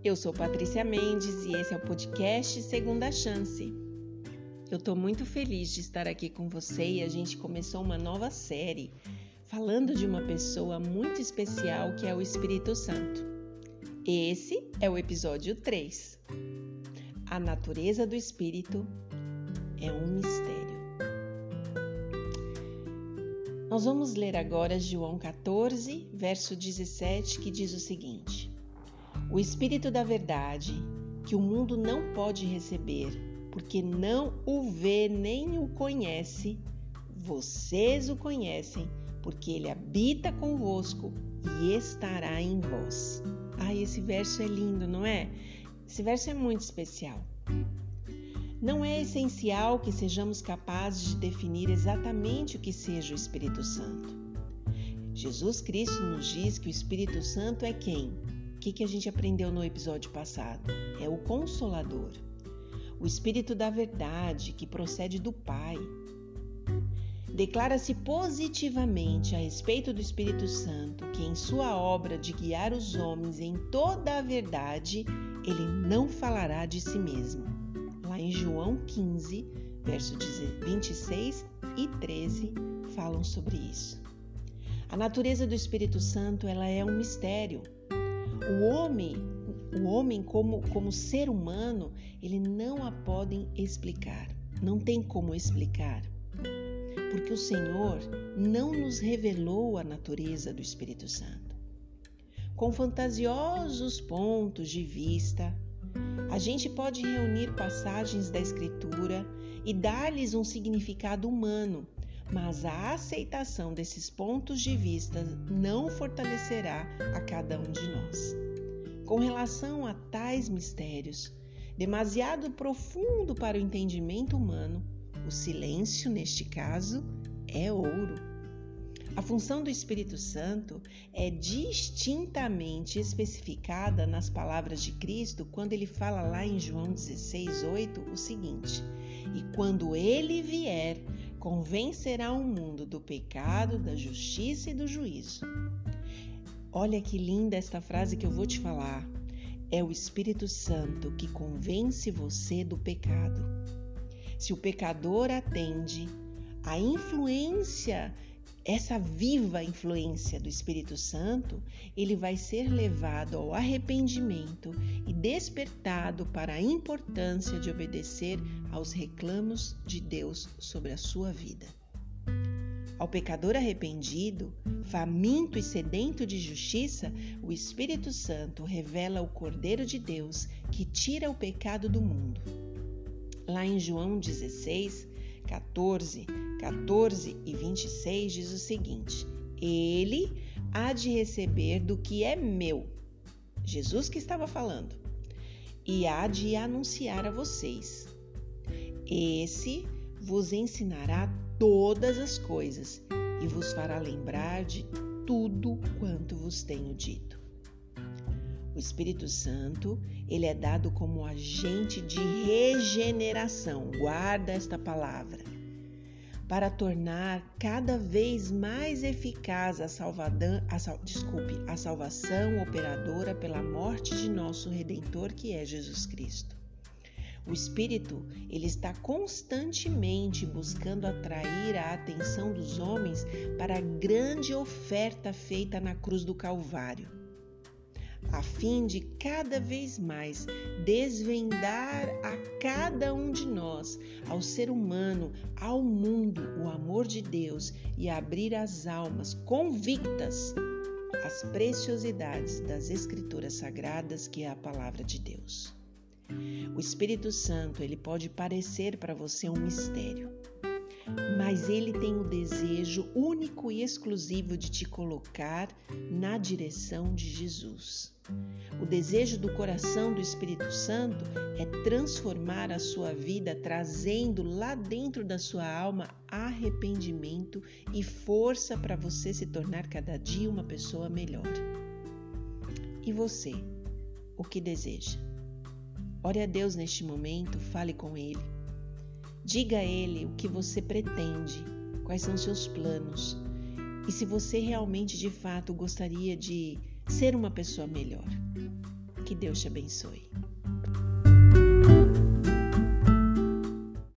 Eu sou Patrícia Mendes e esse é o podcast Segunda Chance. Eu estou muito feliz de estar aqui com você e a gente começou uma nova série falando de uma pessoa muito especial que é o Espírito Santo. Esse é o episódio 3. A natureza do Espírito é um mistério. Nós vamos ler agora João 14, verso 17, que diz o seguinte: O Espírito da verdade, que o mundo não pode receber, porque não o vê nem o conhece, vocês o conhecem, porque ele habita convosco e estará em vós. Esse verso é lindo, não é? Esse verso é muito especial. Não é essencial que sejamos capazes de definir exatamente o que seja o Espírito Santo. Jesus Cristo nos diz que o Espírito Santo é quem? O que a gente aprendeu no episódio passado? É o Consolador, o Espírito da verdade que procede do Pai. Declara-se positivamente a respeito do Espírito Santo que em sua obra de guiar os homens em toda a verdade, ele não falará de si mesmo. Lá em João 15, versos 26 e 13, falam sobre isso. A natureza do Espírito Santo, ela é um mistério. O homem como ser humano, ele não a podem explicar, não tem como explicar, porque o Senhor não nos revelou a natureza do Espírito Santo. Com fantasiosos pontos de vista, a gente pode reunir passagens da Escritura e dar-lhes um significado humano, mas a aceitação desses pontos de vista não fortalecerá a cada um de nós. Com relação a tais mistérios, demasiado profundo para o entendimento humano, o silêncio, neste caso, é ouro. A função do Espírito Santo é distintamente especificada nas palavras de Cristo quando ele fala lá em João 16:8 o seguinte: E quando ele vier, convencerá o mundo do pecado, da justiça e do juízo. Olha que linda esta frase que eu vou te falar. É o Espírito Santo que convence você do pecado. Se o pecador atende à influência, essa viva influência do Espírito Santo, ele vai ser levado ao arrependimento e despertado para a importância de obedecer aos reclamos de Deus sobre a sua vida. Ao pecador arrependido, faminto e sedento de justiça, o Espírito Santo revela o Cordeiro de Deus que tira o pecado do mundo. Lá em João 16, 14 e 26 diz o seguinte: Ele há de receber do que é meu, Jesus que estava falando, e há de anunciar a vocês. Esse vos ensinará todas as coisas e vos fará lembrar de tudo quanto vos tenho dito. O Espírito Santo, ele é dado como agente de regeneração, guarda esta palavra, para tornar cada vez mais eficaz a salvação operadora pela morte de nosso Redentor, que é Jesus Cristo. O Espírito, ele está constantemente buscando atrair a atenção dos homens para a grande oferta feita na cruz do Calvário, a fim de cada vez mais desvendar a cada um de nós, ao ser humano, ao mundo, o amor de Deus e abrir as almas convictas às preciosidades das Escrituras Sagradas, que é a Palavra de Deus. O Espírito Santo, ele pode parecer para você um mistério, mas ele tem o desejo único e exclusivo de te colocar na direção de Jesus. O desejo do coração do Espírito Santo é transformar a sua vida, trazendo lá dentro da sua alma arrependimento e força para você se tornar cada dia uma pessoa melhor. E você, o que deseja? Ore a Deus neste momento, fale com Ele. Diga a Ele o que você pretende, quais são seus planos e se você realmente de fato gostaria de ser uma pessoa melhor. Que Deus te abençoe.